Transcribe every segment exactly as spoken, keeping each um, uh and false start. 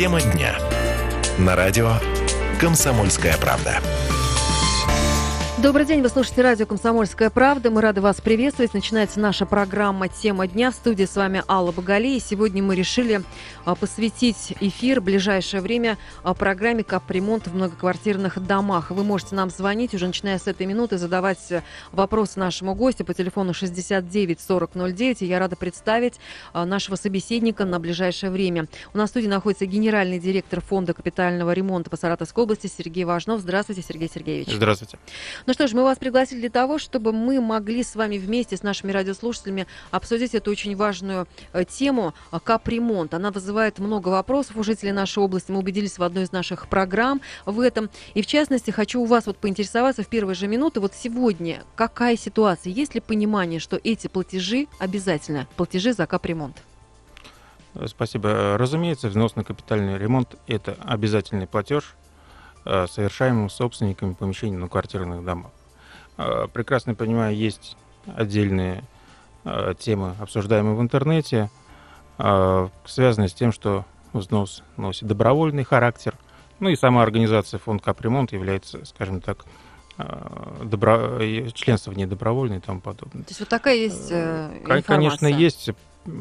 Тема дня. На радио «Комсомольская правда». Добрый день, вы слушаете радио «Комсомольская правда». Мы рады вас приветствовать. Начинается наша программа «Тема дня». В студии с вами Алла Багалей. Сегодня мы решили посвятить эфир в ближайшее время программе «Капремонт в многоквартирных домах». Вы можете нам звонить уже начиная с этой минуты, задавать вопросы нашему гостю по телефону шестьдесят девять сорок ноль девять. И я рада представить нашего собеседника на ближайшее время. У нас в студии находится генеральный директор фонда капитального ремонта по Саратовской области Сергей Важнов. Здравствуйте, Сергей Сергеевич. Здравствуйте. Ну что ж, мы вас пригласили для того, чтобы мы могли с вами вместе с нашими радиослушателями обсудить эту очень важную э, тему э, капремонт. Она вызывает много вопросов у жителей нашей области. Мы убедились в одной из наших программ в этом. И в частности, хочу у вас вот поинтересоваться в первые же минуты. Вот сегодня какая ситуация? Есть ли понимание, что эти платежи обязательно, платежи за капремонт? Спасибо. Разумеется, взнос на капитальный ремонт – это обязательный платеж, совершаемым собственниками помещений на квартирных домах. Прекрасно понимаю, есть отдельные темы, обсуждаемые в интернете, связанные с тем, что взнос носит добровольный характер. Ну и сама организация фонд Капремонт является, скажем так, добро... членство в ней добровольное и тому подобное. То есть вот такая есть э, информация? Конечно, есть.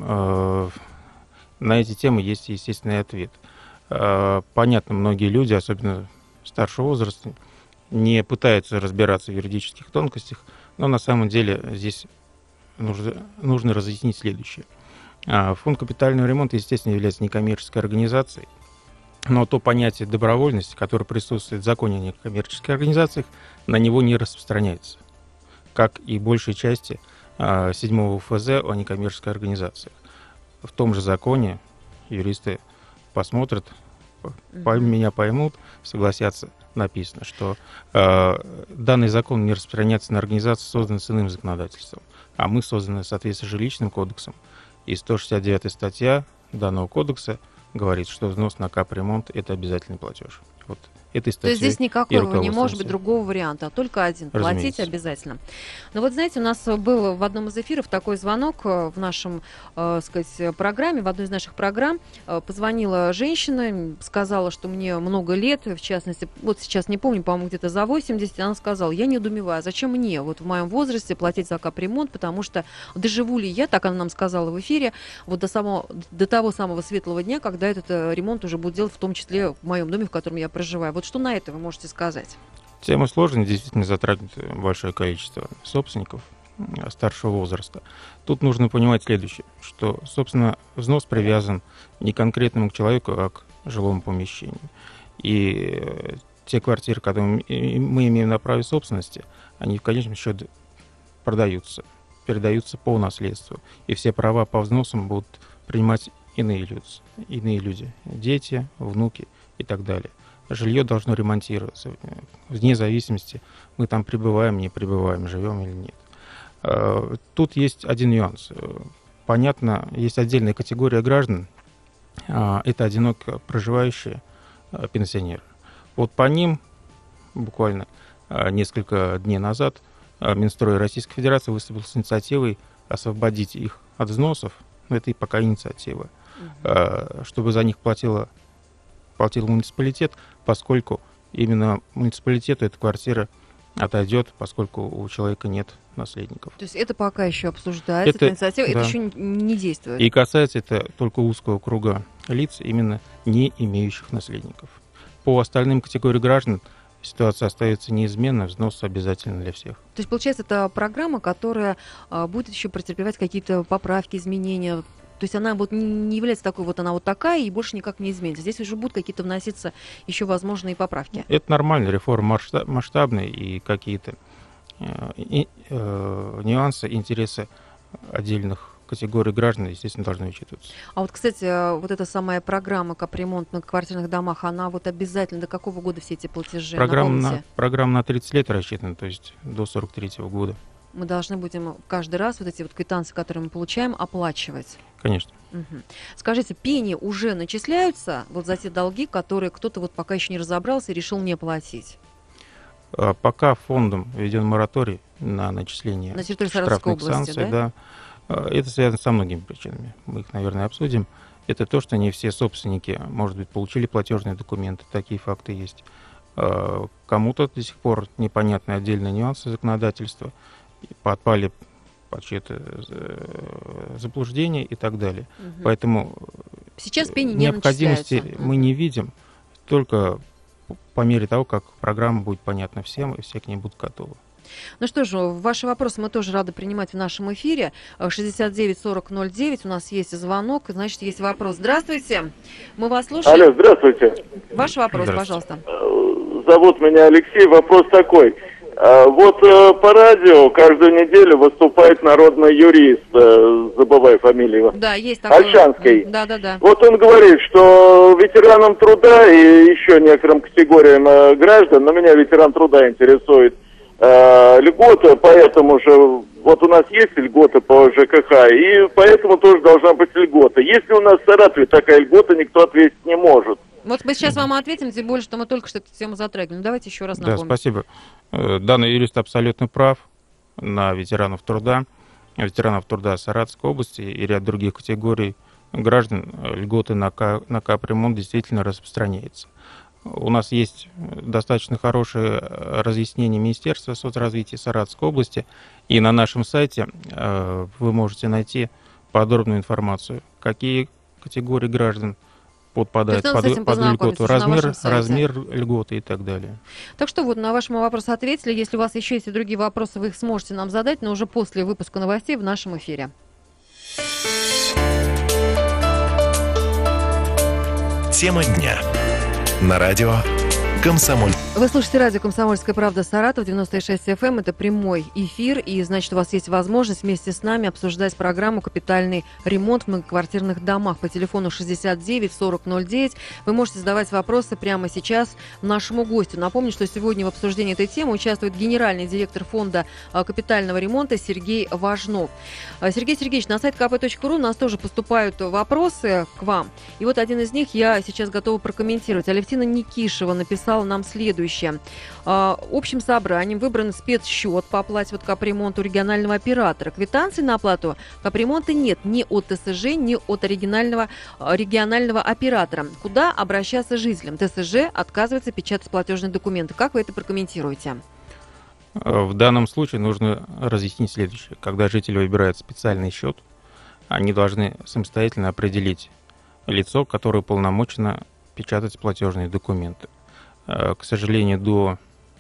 На эти темы есть естественный ответ. Понятно, многие люди, особенно старшего возраста, не пытаются разбираться в юридических тонкостях, но на самом деле здесь нужно, нужно разъяснить следующее. Фонд капитального ремонта, естественно, является некоммерческой организацией, но то понятие добровольности, которое присутствует в законе о некоммерческих организациях, на него не распространяется, как и большей части седьмого эф зэ о некоммерческой организации. В том же законе юристы посмотрят, Mm-hmm. меня поймут, согласятся, написано, что э, данный закон не распространяется на организации, созданные с иным законодательством, а мы созданы в соответствии с жилищным кодексом. И сто шестьдесят девятая статья данного кодекса говорит, что взнос на капремонт – это обязательный платеж. Вот этой статьей. То есть здесь никакого не может быть другого варианта, а только один. Платить обязательно. Но вот знаете, у нас был в одном из эфиров такой звонок в нашем, э, сказать, программе, в одной из наших программ. Э, позвонила женщина, сказала, что мне много лет, в частности, вот сейчас не помню, по-моему, где-то за восемьдесят, она сказала, я недоумеваю, зачем мне вот в моем возрасте платить за капремонт, потому что доживу ли я, так она нам сказала в эфире, вот до, самого, до того самого светлого дня, когда этот ремонт уже будет делать, в том числе в моем доме, в котором я проживаю. Вот что на это вы можете сказать? Тема сложная, действительно затрагивает большое количество собственников старшего возраста. Тут нужно понимать следующее, что, собственно, взнос привязан не конкретному к человеку, а к жилому помещению. И те квартиры, которые мы имеем на праве собственности, они в конечном счете продаются, передаются по наследству. И все права по взносам будут принимать иные люди, иные люди, дети, внуки и так далее. Жилье должно ремонтироваться, вне зависимости, мы там пребываем, не пребываем, живем или нет. Тут есть один нюанс. Понятно, есть отдельная категория граждан, это одиноко проживающие пенсионеры. Вот по ним буквально несколько дней назад Минстрой Российской Федерации выступил с инициативой освободить их от взносов, но это и пока инициатива, mm-hmm. чтобы за них платила платил муниципалитет, поскольку именно муниципалитету эта квартира отойдет, поскольку у человека нет наследников. То есть это пока еще обсуждается, это, инициатива, да. Это еще не действует. И касается это только узкого круга лиц, именно не имеющих наследников. По остальным категориям граждан ситуация остается неизменной, взнос обязательно для всех. То есть, получается, это программа, которая а, будет еще претерпевать какие-то поправки, изменения. То есть она вот не является такой, вот она вот такая и больше никак не изменится. Здесь уже будут какие-то вноситься еще возможные поправки. Это нормально, реформа масштабная, и какие-то э, э, нюансы, интересы отдельных категорий граждан, естественно, должны учитываться. А вот, кстати, вот эта самая программа капремонт на квартирных домах, она вот обязательно до какого года все эти платежи? Программа на, программа на тридцать лет рассчитана, то есть до сорок третьего года. Мы должны будем каждый раз вот эти вот квитанции, которые мы получаем, оплачивать. Конечно. Угу. Скажите, пени уже начисляются вот за те долги, которые кто-то вот пока еще не разобрался и решил не платить? Пока фондом введен мораторий на начисление на территории Саратовской области, санкций, да? Да, это связано со многими причинами. Мы их, наверное, обсудим. это то, что не все собственники, может быть, получили платежные документы, такие факты есть. Кому-то до сих пор непонятны отдельные нюансы законодательства, подпали под чье-то заблуждение и так далее. Угу. Поэтому сейчас пени не необходимости мы не видим, только по мере того, как программа будет понятна всем, и все к ней будут готовы. Ну что ж, ваши вопросы мы тоже рады принимать в нашем эфире. шестьдесят девять сорок ноль девять, у нас есть звонок, значит, есть вопрос. Здравствуйте, мы вас слушаем. Алло, здравствуйте. Ваш вопрос, пожалуйста. Зовут меня Алексей, вопрос такой. Вот по радио каждую неделю выступает народный юрист, забываю фамилию его. Да, есть такой. Ольшанский. Да, да, да. Вот он говорит, что ветеранам труда и еще некоторым категориям граждан, но меня ветеран труда интересует, льготы, поэтому же, вот у нас есть льготы по ЖКХ, и поэтому тоже должна быть льгота. Если у нас в Саратове такая льгота, никто ответить не может. Вот мы сейчас вам ответим, тем более, что мы только что эту тему затрагивали. Ну, давайте еще раз напомним. Да, спасибо. Данный юрист абсолютно прав на ветеранов труда, ветеранов труда Саратовской области и ряд других категорий граждан. Льготы на, на капремонт действительно распространяется. У нас есть достаточно хорошее разъяснение Министерства соцразвития Саратовской области, и на нашем сайте вы можете найти подробную информацию, какие категории граждан подпадает под, под льготу, размер, размер льготы и так далее. Так что вот на ваш вопрос ответили. Если у вас еще есть и другие вопросы, вы их сможете нам задать, но уже после выпуска новостей в нашем эфире. Тема дня. На радио «Комсомоль». Вы слушаете радио «Комсомольская правда» Саратов, девяносто шесть эф эм. Это прямой эфир, и, значит, у вас есть возможность вместе с нами обсуждать программу «Капитальный ремонт в многоквартирных домах» по телефону шестьдесят девять сорок ноль девять. Вы можете задавать вопросы прямо сейчас нашему гостю. Напомню, что сегодня в обсуждении этой темы участвует генеральный директор фонда капитального ремонта Сергей Важнов. Сергей Сергеевич, на сайт ка пэ точка ру у нас тоже поступают вопросы к вам. И вот один из них я сейчас готова прокомментировать. Алевтина Никишева написала нам следующее. Общим собранием выбран спецсчет по оплате вот капремонта у регионального оператора. Квитанций на оплату капремонта нет ни от тэ эс жэ, ни от оригинального регионального оператора. Куда обращаться жителям? тэ эс жэ отказывается печатать платежные документы. Как вы это прокомментируете? В данном случае нужно разъяснить следующее. Когда жители выбирают специальный счет, они должны самостоятельно определить лицо, которое уполномочено печатать платежные документы. К сожалению, до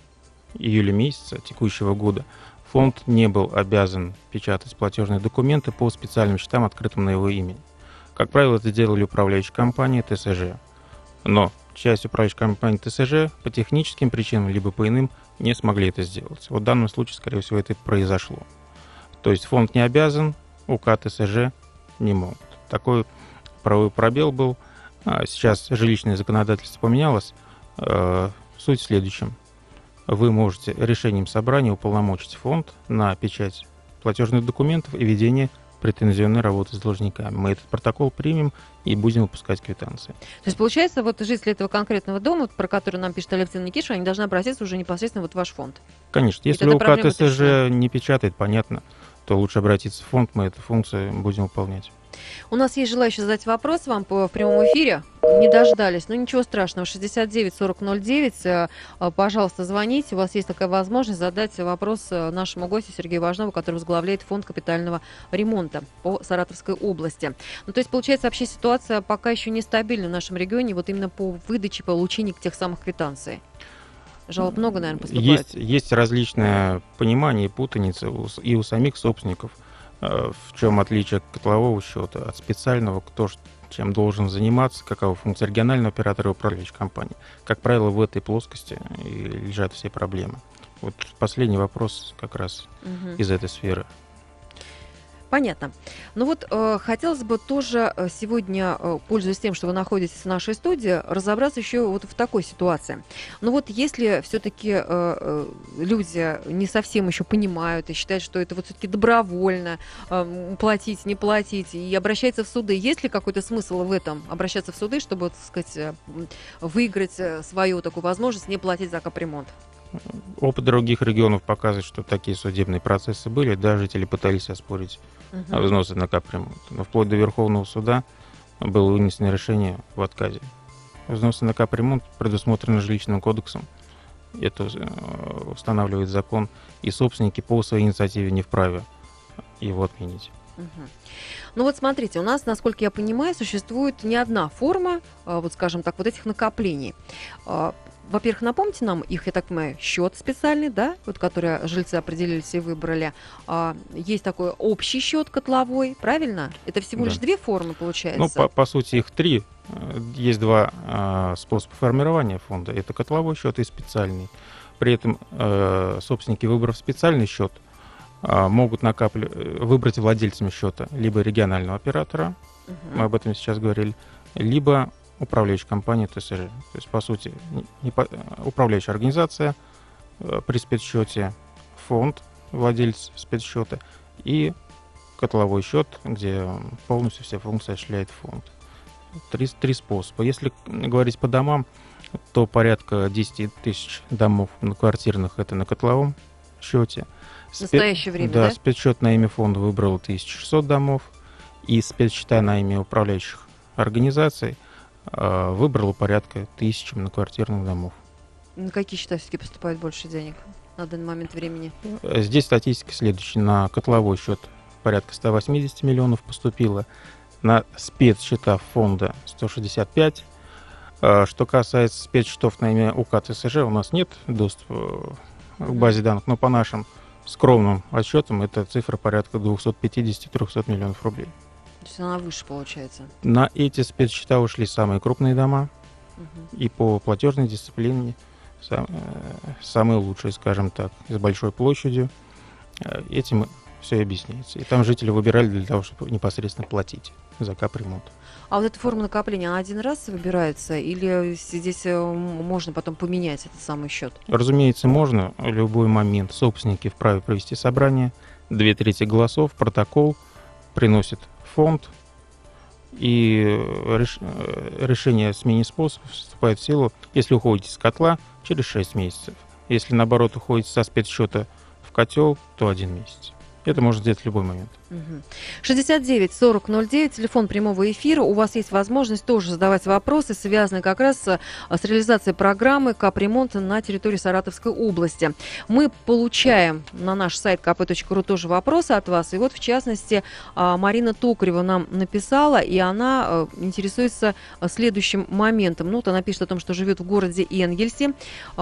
июля месяца текущего года фонд не был обязан печатать платежные документы по специальным счетам, открытым на его имя. Как правило, это делали управляющие компании тэ эс жэ. Но часть управляющей компании тэ эс жэ по техническим причинам, либо по иным, не смогли это сделать. Вот в данном случае, скорее всего, это и произошло. То есть фонд не обязан, УК тэ эс жэ не могут. Такой правовой пробел был. Сейчас жилищное законодательство поменялось. Суть в следующем. Вы можете решением собрания уполномочить фонд на печать платежных документов и ведение претензионной работы с должниками. Мы этот протокол примем и будем выпускать квитанции. То есть, получается, вот жители этого конкретного дома, про который нам пишет Алевтина Никишева, они должны обратиться уже непосредственно вот в ваш фонд? Конечно. Если УК тэ эс жэ не печатает, понятно, то лучше обратиться в фонд, мы эту функцию будем выполнять. У нас есть желающие задать вопрос вам по, в прямом эфире. Не дождались. Но ничего страшного. шестьдесят девять сорок ноль девять. Пожалуйста, звоните. У вас есть такая возможность задать вопрос нашему гостю Сергею Важнову, который возглавляет фонд капитального ремонта по Саратовской области. Ну, то есть, получается, вообще ситуация пока еще нестабильна в нашем регионе, вот именно по выдаче, получению тех самых квитанций. Жалоб много, наверное, поступает. Есть, есть различное понимание и путаница и у самих собственников. В чем отличие котлового счета от специального, кто чем должен заниматься, какова функция регионального оператора и управляющей компании. Как правило, в этой плоскости и лежат все проблемы. Вот последний вопрос как раз угу. из этой сферы. Понятно. Ну вот э, хотелось бы тоже сегодня, э, пользуясь тем, что вы находитесь в нашей студии, разобраться еще вот в такой ситуации. Ну вот если все-таки э, э, люди не совсем еще понимают и считают, что это вот все-таки добровольно, э, платить, не платить, и обращаются в суды, есть ли какой-то смысл в этом, обращаться в суды, чтобы, так сказать, выиграть свою такую возможность не платить за капремонт? Опыт других регионов показывает, что такие судебные процессы были, да, жители пытались оспорить uh-huh. взносы на капремонт. Но вплоть до Верховного суда было вынесено решение в отказе. Взносы на капремонт предусмотрены жилищным кодексом. Это устанавливает закон, и собственники по своей инициативе не вправе его отменить. Угу. Ну вот смотрите, у нас, насколько я понимаю, существует не одна форма, вот скажем так, вот этих накоплений. Во-первых, напомните нам их, я так понимаю, счет специальный, да, вот который жильцы определились и выбрали. Есть такой общий счет котловой, правильно? Это всего лишь да. две формы, получается? Ну, по, по сути, их три. Есть два э, способа формирования фонда. Это котловой счет и специальный. При этом э, собственники, выбрав специальный счет, э, могут накапливать, выбрать владельцами счета либо регионального оператора, uh-huh. мы об этом сейчас говорили, либо управляющая компания ТСЖ. То есть, по сути, не по, управляющая организация э, при спецсчете, фонд, владелец спецсчета и котловой счет, где полностью все функции осуществляет фонд. Три, три способа. Если говорить по домам, то порядка десять тысяч домов многоквартирных это на котловом счете. В настоящее время, да? Да, спецсчет на имя фонда выбрал тысяча шестьсот домов, и спецсчета на имя управляющих организаций э, выбрало порядка тысячи многоквартирных домов. На какие счета все-таки поступает больше денег на данный момент времени? Здесь статистика следующая. На котловой счет порядка сто восемьдесят миллионов поступило, на спецсчета фонда сто шестьдесят пять. Что касается спецсчетов на имя УК ТСЖ, у нас нет доступа к базе данных, но по нашим скромным отчетам это цифра порядка двести пятьдесят - триста миллионов рублей. То есть она выше получается? На эти спецсчета ушли самые крупные дома, угу. и по платежной дисциплине сам, самые лучшие, скажем так, с большой площадью. Этим все и объясняется. И там жители выбирали для того, чтобы непосредственно платить за капремонт. А вот эта форма накопления, она один раз выбирается или здесь можно потом поменять этот самый счет? Разумеется, можно. В любой момент собственники вправе провести собрание, две трети голосов, протокол приносит фонд, и реш... решение о смене способа вступает в силу, если уходите с котла, через шесть месяцев. Если, наоборот, уходите со спецсчета в котел, то один месяц. Это можно сделать в любой момент. шестьдесят девять сорок ноль девять, телефон прямого эфира. У вас есть возможность тоже задавать вопросы, связанные как раз с, с реализацией программы капремонта на территории Саратовской области. Мы получаем на наш сайт ка пэ точка ру тоже вопросы от вас. И вот, в частности, Марина Токарева нам написала, и она интересуется следующим моментом. Ну, вот она пишет о том, что живет в городе Энгельсе.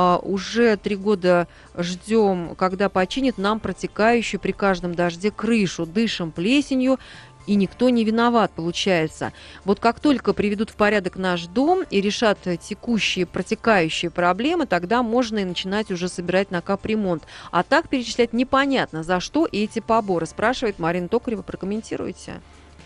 Уже три года ждем, когда починит нам протекающую при каждом дожде крышу. Дышим плесенью, и никто не виноват, получается. Вот как только приведут в порядок наш дом и решат текущие протекающие проблемы, тогда можно и начинать уже собирать на капремонт. А так перечислять непонятно, за что эти поборы. Спрашивает Марина Токарева. Прокомментируйте.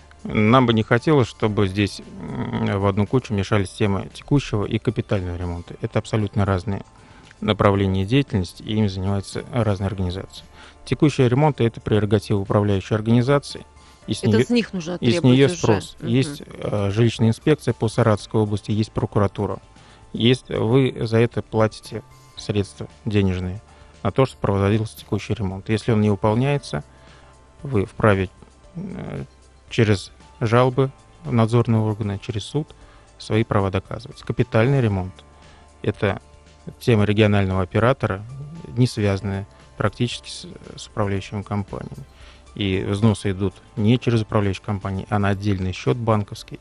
Нам бы не хотелось, чтобы здесь в одну кучу мешались темы текущего и капитального ремонта. Это абсолютно разные направления деятельности, и им занимаются разные организации. Текущий ремонт – это прерогатива управляющей организации. И с это нее, с них нужно требовать. И с нее спрос. Угу. Есть э, жилищная инспекция по Саратовской области, есть прокуратура. Есть, вы за это платите средства денежные на то, что проводился текущий ремонт. Если он не выполняется, вы вправе э, через жалобы в надзорные органы, через суд свои права доказывать. Капитальный ремонт – это тема регионального оператора, не связанная практически с, с управляющими компаниями. И взносы идут не через управляющую компанию, а на отдельный счет банковский,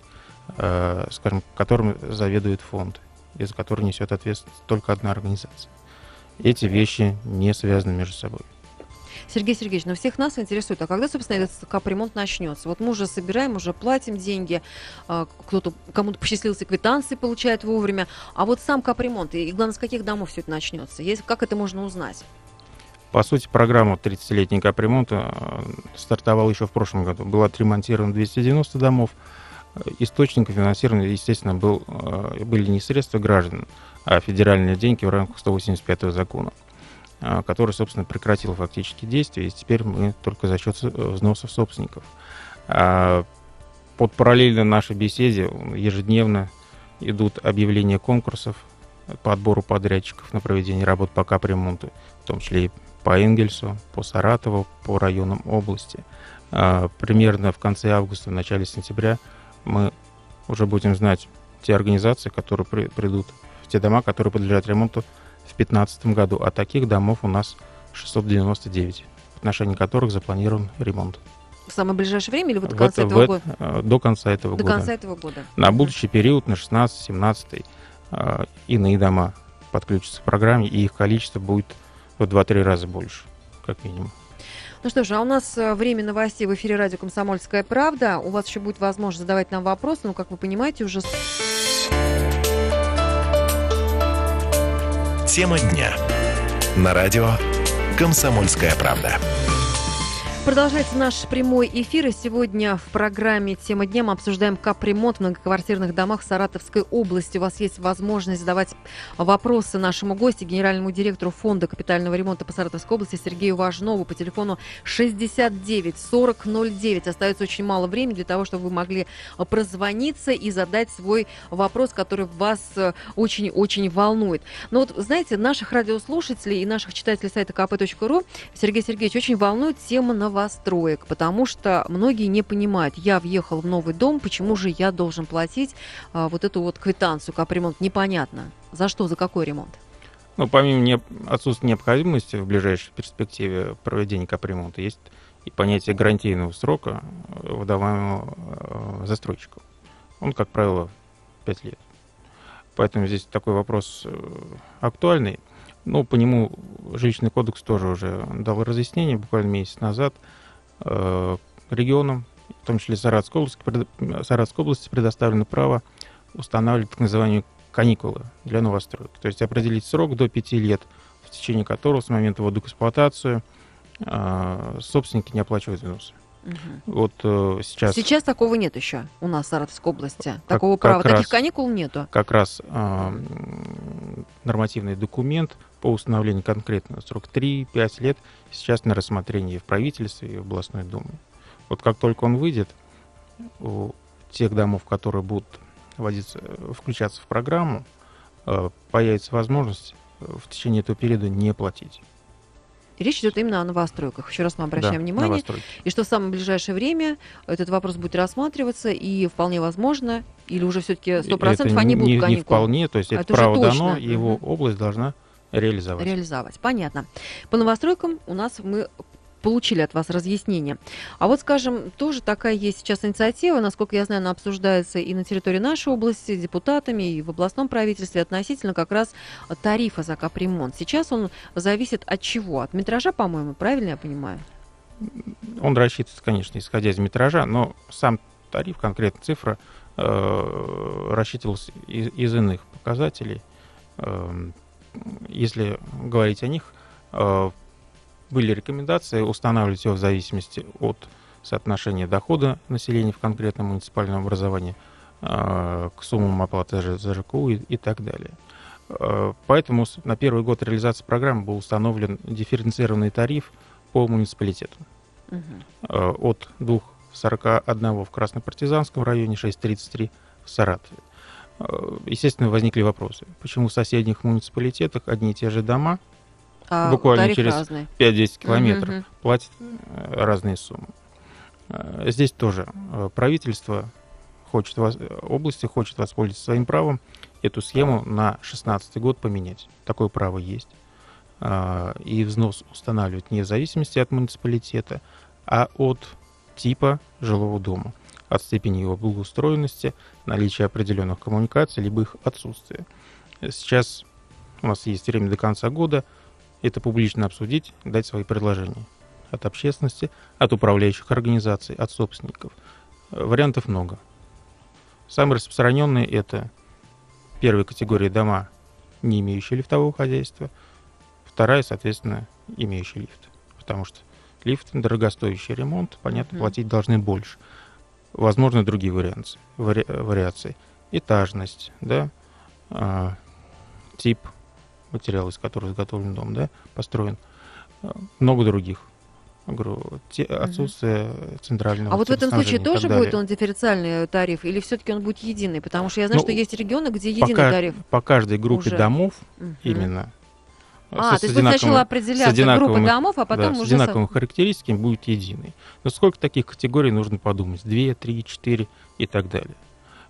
э, скажем, которым заведует фонд, и за который несет ответственность только одна организация. Эти вещи не связаны между собой. Сергей Сергеевич, но всех нас интересует, а когда, собственно, этот капремонт начнется? Вот мы уже собираем, уже платим деньги, кто-то, кому-то посчастливился, квитанции получает вовремя, а вот сам капремонт, и главное, с каких домов все это начнется? Есть, как это можно узнать? По сути, программа тридцатилетнего капремонта стартовала еще в прошлом году. Было отремонтировано двести девяносто домов. Источником финансирования, естественно, был, были не средства граждан, а федеральные деньги в рамках сто восемьдесят пятого закона, который, собственно, прекратил фактически действие, и теперь мы только за счет взносов собственников. Под параллельно нашей беседе ежедневно идут объявления конкурсов по отбору подрядчиков на проведение работ по капремонту, в том числе и по Энгельсу, по Саратову, по районам области. Примерно в конце августа, в начале сентября мы уже будем знать те организации, которые при, придут в те дома, которые подлежат ремонту в две тысячи пятнадцатом году. А таких домов у нас шестьсот девяносто девять, в отношении которых запланирован ремонт. В самое ближайшее время или вот до конца в, этого в, года? До конца этого до года. До конца этого года. На будущий период, на шестнадцатый семнадцатый, э, иные дома подключатся к программе, и их количество будет в два-три раза больше, как минимум. Ну что ж, а у нас время новостей в эфире радио «Комсомольская правда». У вас еще будет возможность задавать нам вопросы, но, как вы понимаете, уже... Тема дня. На радио «Комсомольская правда». Продолжается наш прямой эфир, и сегодня в программе «Тема дня» мы обсуждаем капремонт в многоквартирных домах в Саратовской области. У вас есть возможность задавать вопросы нашему гостю, генеральному директору фонда капитального ремонта по Саратовской области Сергею Важнову по телефону шестьдесят девять сорок ноль девять. Остается очень мало времени для того, чтобы вы могли прозвониться и задать свой вопрос, который вас очень-очень волнует. Но вот, знаете, наших радиослушателей и наших читателей сайта ка пэ точка ру Сергей Сергеевич очень волнует тема новостей. новостроек, потому что многие не понимают, я въехал в новый дом, почему же я должен платить а, вот эту вот квитанцию капремонт, непонятно. За что, за какой ремонт? Ну, помимо не... отсутствия необходимости в ближайшей перспективе проведения капремонта, есть и понятие гарантийного срока, выдаваемого застройщиком. Он, как правило, пять лет. Поэтому здесь такой вопрос актуальный. Ну, по нему жилищный кодекс тоже уже дал разъяснение буквально месяц назад э, регионам, в том числе Саратовской области, пред... Саратовской области предоставлено право устанавливать так называемые каникулы для новостроек. То есть определить срок до пяти лет, в течение которого с момента ввода в эксплуатацию э, собственники не оплачивают взносы. Угу. Вот э, сейчас... Сейчас такого нет еще у нас в Саратовской области. Как, такого как права. раз, Таких каникул нету. Как раз э, нормативный документ по установлению конкретного срока три-пять лет сейчас на рассмотрении в правительстве и в областной думе. Вот как только он выйдет, у тех домов, которые будут вводиться, включаться в программу, э, появится возможность в течение этого периода не платить. Речь идет именно о новостройках. Еще раз мы обращаем да, внимание. Новостройки. И что в самое ближайшее время этот вопрос будет рассматриваться, и вполне возможно, или уже все-таки сто процентов они будут не, каникулы. Не вполне, то есть это, это право дано, и его угу. область должна реализовать. Реализовать, понятно. По новостройкам у нас мы получили от вас разъяснение. А вот, скажем, тоже такая есть сейчас инициатива, насколько я знаю, она обсуждается и на территории нашей области депутатами, и в областном правительстве относительно как раз тарифа за капремонт. Сейчас он зависит от чего? От метража, по-моему, правильно я понимаю? Он рассчитывается, конечно, исходя из метража, но сам тариф, конкретно цифра, э, рассчитывался из, из иных показателей. Э, если говорить о них, э, были рекомендации устанавливать его в зависимости от соотношения дохода населения в конкретном муниципальном образовании э, к суммам оплаты за жэ ка у и, и так далее. Э, поэтому на первый год реализации программы был установлен дифференцированный тариф по муниципалитету. Uh-huh. Э, от двух сорок один в Краснопартизанском районе, шесть тридцать три в Саратове. Э, естественно, возникли вопросы. Почему в соседних муниципалитетах одни и те же дома А буквально через разный. пять-десять километров uh-huh. платят разные суммы. Здесь тоже правительство хочет, области хочет воспользоваться своим правом, эту схему на шестнадцатый год поменять. Такое право есть. И взнос устанавливать не в зависимости от муниципалитета, а от типа жилого дома, от степени его благоустроенности, наличия определенных коммуникаций, либо их отсутствия. Сейчас у нас есть время до конца года это публично обсудить, дать свои предложения от общественности, от управляющих организаций, от собственников. Вариантов много. Самые распространенные — это первая категория дома, не имеющие лифтового хозяйства, вторая, соответственно, имеющий лифт. Потому что лифт — дорогостоящий ремонт, понятно, mm-hmm. платить должны больше. Возможно, другие варианты, вари, вариации. Этажность, да, а, тип материала, из которого изготовлен дом, да, построен. Много других. Говорю, те, отсутствие mm-hmm. центрального. А вот в этом случае тоже будет он дифференциальный тариф, или все-таки он будет единый? Потому что я знаю, ну, что есть регионы, где единый по тариф. По каждой группе уже. домов mm-hmm. именно. А, то есть будет сначала определяться группа домов, а потом да, уже... с одинаковыми со... характеристиками будет единый. Но сколько таких категорий нужно подумать? Две, три, четыре и так далее.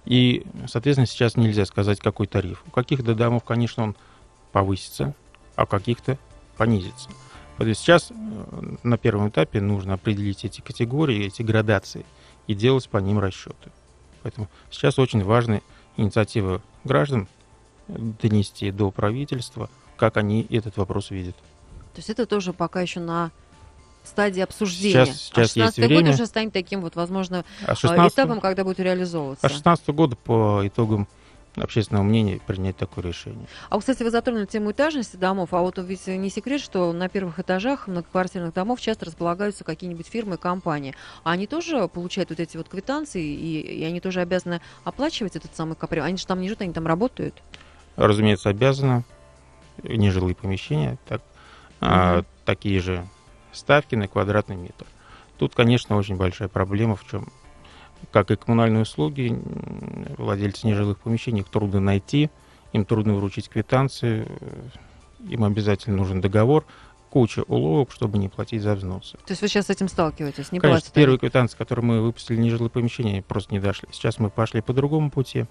И, соответственно, сейчас нельзя сказать, какой тариф. У каких-то домов, конечно, он повысится, а у каких-то понизится. Поэтому сейчас на первом этапе нужно определить эти категории, эти градации и делать по ним расчеты. Поэтому сейчас очень важная инициатива граждан донести до правительства, как они этот вопрос видят. То есть это тоже пока еще на стадии обсуждения. Сейчас, сейчас а шестнадцатый есть год время. уже станет таким вот, возможно, А шестнадцатый этапом, когда будет реализовываться. А шестнадцатого года по итогам общественного мнения принять такое решение. А вот, кстати, вы затронули тему этажности домов, а вот ведь не секрет, что на первых этажах многоквартирных домов часто располагаются какие-нибудь фирмы, компании. А они тоже получают вот эти вот квитанции, и, и они тоже обязаны оплачивать этот самый капремонт? Они же там не живут, они там работают? Разумеется, обязаны. Нежилые помещения, так, угу. а, такие же ставки на квадратный метр. Тут, конечно, очень большая проблема, в чем, как и коммунальные услуги, владельцы нежилых помещений, их трудно найти, им трудно вручить квитанции, им обязательно нужен договор, куча уловок, чтобы не платить за взносы. То есть вы сейчас с этим сталкиваетесь? Не Конечно, платят первые они? квитанции, которые мы выпустили нежилые помещения, просто не дошли. Сейчас мы пошли по другому пути,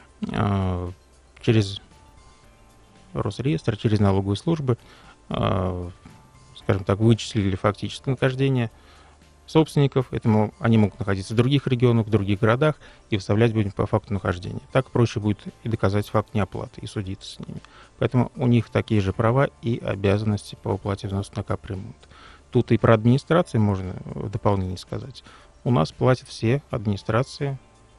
через Росреестр, через налоговые службы, скажем так, вычислили фактическое нахождение собственников. Этому они могут находиться в других регионах, в других городах, и выставлять будем по факту нахождения. Так проще будет и доказать факт неоплаты, и судиться с ними. Поэтому у них такие же права и обязанности по уплате взносов на капремонт. Тут и про администрацию можно в дополнение сказать. У нас платят все администрации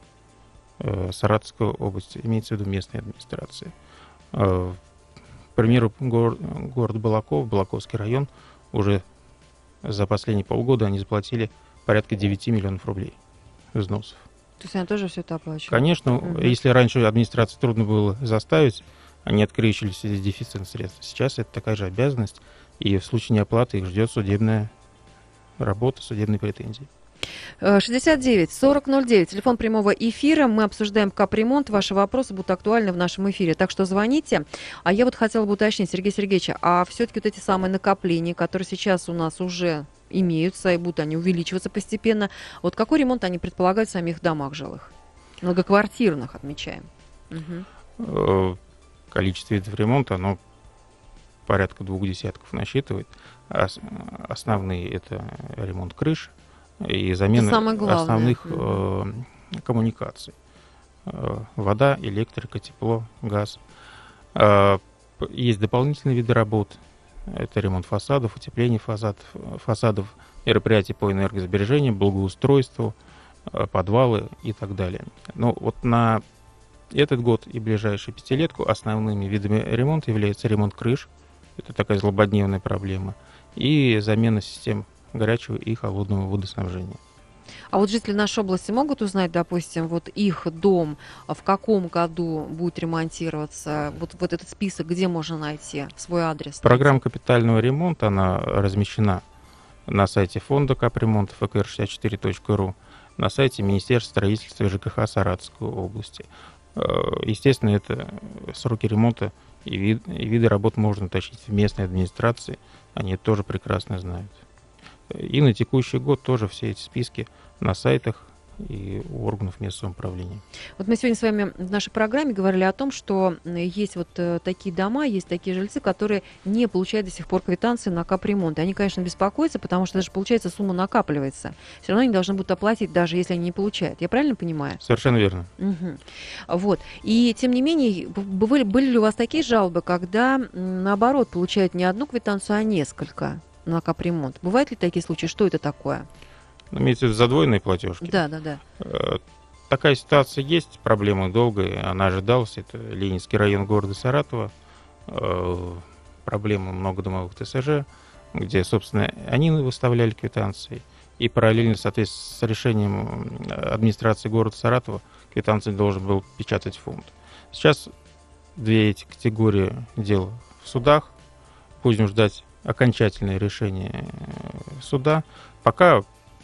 э, Саратовской области, имеется в виду местные администрации. Э, К примеру, город, город Балаков, Балаковский район, уже за последние полгода они заплатили порядка девять миллионов рублей взносов. То есть они тоже все это оплачивают? Конечно, угу. Если раньше администрацию трудно было заставить, они открещивались из дефицита средств. Сейчас это такая же обязанность, и в случае неоплаты их ждет судебная работа, судебные претензии. шестьдесят девять сорок ноль девять, телефон прямого эфира. Мы обсуждаем капремонт. Ваши вопросы будут актуальны в нашем эфире. Так что звоните. А я вот хотела бы уточнить, Сергей Сергеевич, а все-таки вот эти самые накопления, которые сейчас у нас уже имеются, и будут они увеличиваться постепенно, вот какой ремонт они предполагают в самих домах жилых? Многоквартирных, отмечаем. Угу. Количество видов ремонта, оно порядка двух десятков насчитывает. Основные — это ремонт крыш и замена основных э, коммуникаций. Э, вода, электрика, тепло, газ. Э, есть дополнительные виды работ. Это ремонт фасадов, утепление фасадов, фасадов, мероприятия по энергосбережению, благоустройству, э, подвалы и так далее. Но вот на этот год и ближайшую пятилетку основными видами ремонта является ремонт крыш. Это такая злободневная проблема. И замена систем горячего и холодного водоснабжения. А вот жители нашей области могут узнать, допустим, вот их дом в каком году будет ремонтироваться, вот, вот этот список, где можно найти свой адрес? Программа капитального ремонта, она размещена на сайте фонда капремонт эф ка эр шестьдесят четыре точка ру, на сайте Министерства строительства и ЖКХ Саратовской области. Естественно, это сроки ремонта и, вид, и виды работ можно уточнить в местной администрации, они это тоже прекрасно знают. И на текущий год тоже все эти списки на сайтах и у органов местного самоуправления. Вот мы сегодня с вами в нашей программе говорили о том, что есть вот такие дома, есть такие жильцы, которые не получают до сих пор квитанции на капремонт. И они, конечно, беспокоятся, потому что даже, получается, сумма накапливается. Все равно они должны будут оплатить, даже если они не получают. Я правильно понимаю? Совершенно верно. Угу. Вот. И, тем не менее, были, были ли у вас такие жалобы, когда, наоборот, получают не одну квитанцию, а несколько на капремонт? Бывают ли такие случаи? Что это такое? Имеется в виду задвоенные платежки? Да, да, да. Такая ситуация есть, проблема долгая, она ожидалась. Это Ленинский район города Саратова. Проблема многодомовых тэ эс жэ, где, собственно, они выставляли квитанции. И параллельно, соответственно, с решением администрации города Саратова квитанции должен был печатать фонд. Сейчас две эти категории дел в судах. Будем ждать окончательное решение суда. Пока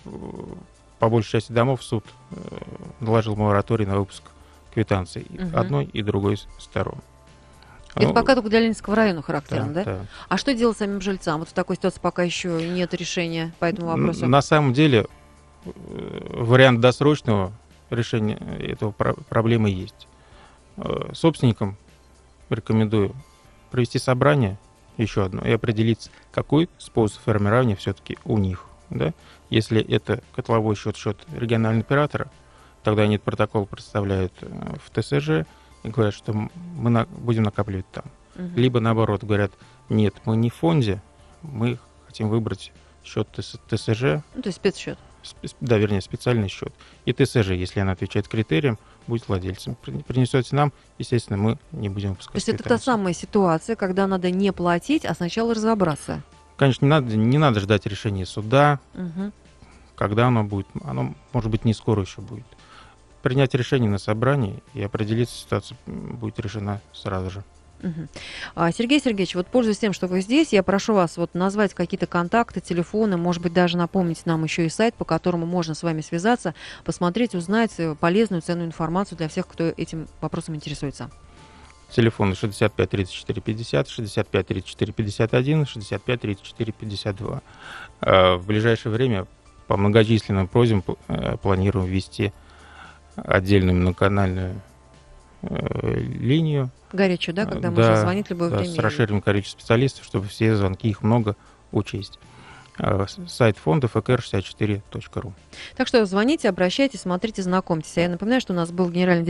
по большей части домов суд наложил мораторий на выпуск квитанций угу. одной и другой сторон. Это ну, пока только для Ленинского района характерно, да, да? Да. А что делать самим жильцам? Вот в такой ситуации пока еще нет решения по этому вопросу. На самом деле вариант досрочного решение этого проблемы есть. Собственникам рекомендую провести собрание, еще одно, и определиться, какой способ формирования все-таки у них. Да? Если это котловой счет, счет регионального оператора, тогда они этот протокол представляют в ТСЖ и говорят, что мы на, будем накапливать там. Угу. Либо наоборот говорят, нет, мы не в фонде, мы хотим выбрать счет ТСЖ. Ну, то есть спецсчет. Спец, да, вернее, специальный счет. И ТСЖ, если она отвечает критериям, будет владельцем. Принесете нам, естественно, мы не будем выпускать. То есть это та самая ситуация, когда надо не платить, а сначала разобраться. Конечно, не надо, не надо ждать решения суда. Угу. Когда оно будет, оно, может быть, не скоро еще будет. Принять решение на собрании и определиться, ситуация будет решена сразу же. Угу. А, Сергей Сергеевич, вот пользуясь тем, что вы здесь, я прошу вас вот назвать какие-то контакты, телефоны, может быть, даже напомнить нам еще и сайт, по которому можно с вами связаться, посмотреть, узнать полезную, ценную информацию для всех, кто этим вопросом интересуется. Телефоны шестьдесят пять тридцать четыре пятьдесят, шестьдесят пять тридцать четыре пятьдесят один, шестьдесят пять тридцать четыре пятьдесят два. В ближайшее время по многочисленным просьбам планируем ввести отдельную многоканальную линию. Горячую, да, когда да, можно звонить в любое да, время. С расширенным количеством специалистов, чтобы все звонки, их много, учесть. Сайт фонда эф ка эр шестьдесят четыре точка ру. Так что звоните, обращайтесь, смотрите, знакомьтесь. А я напоминаю, что у нас был генеральный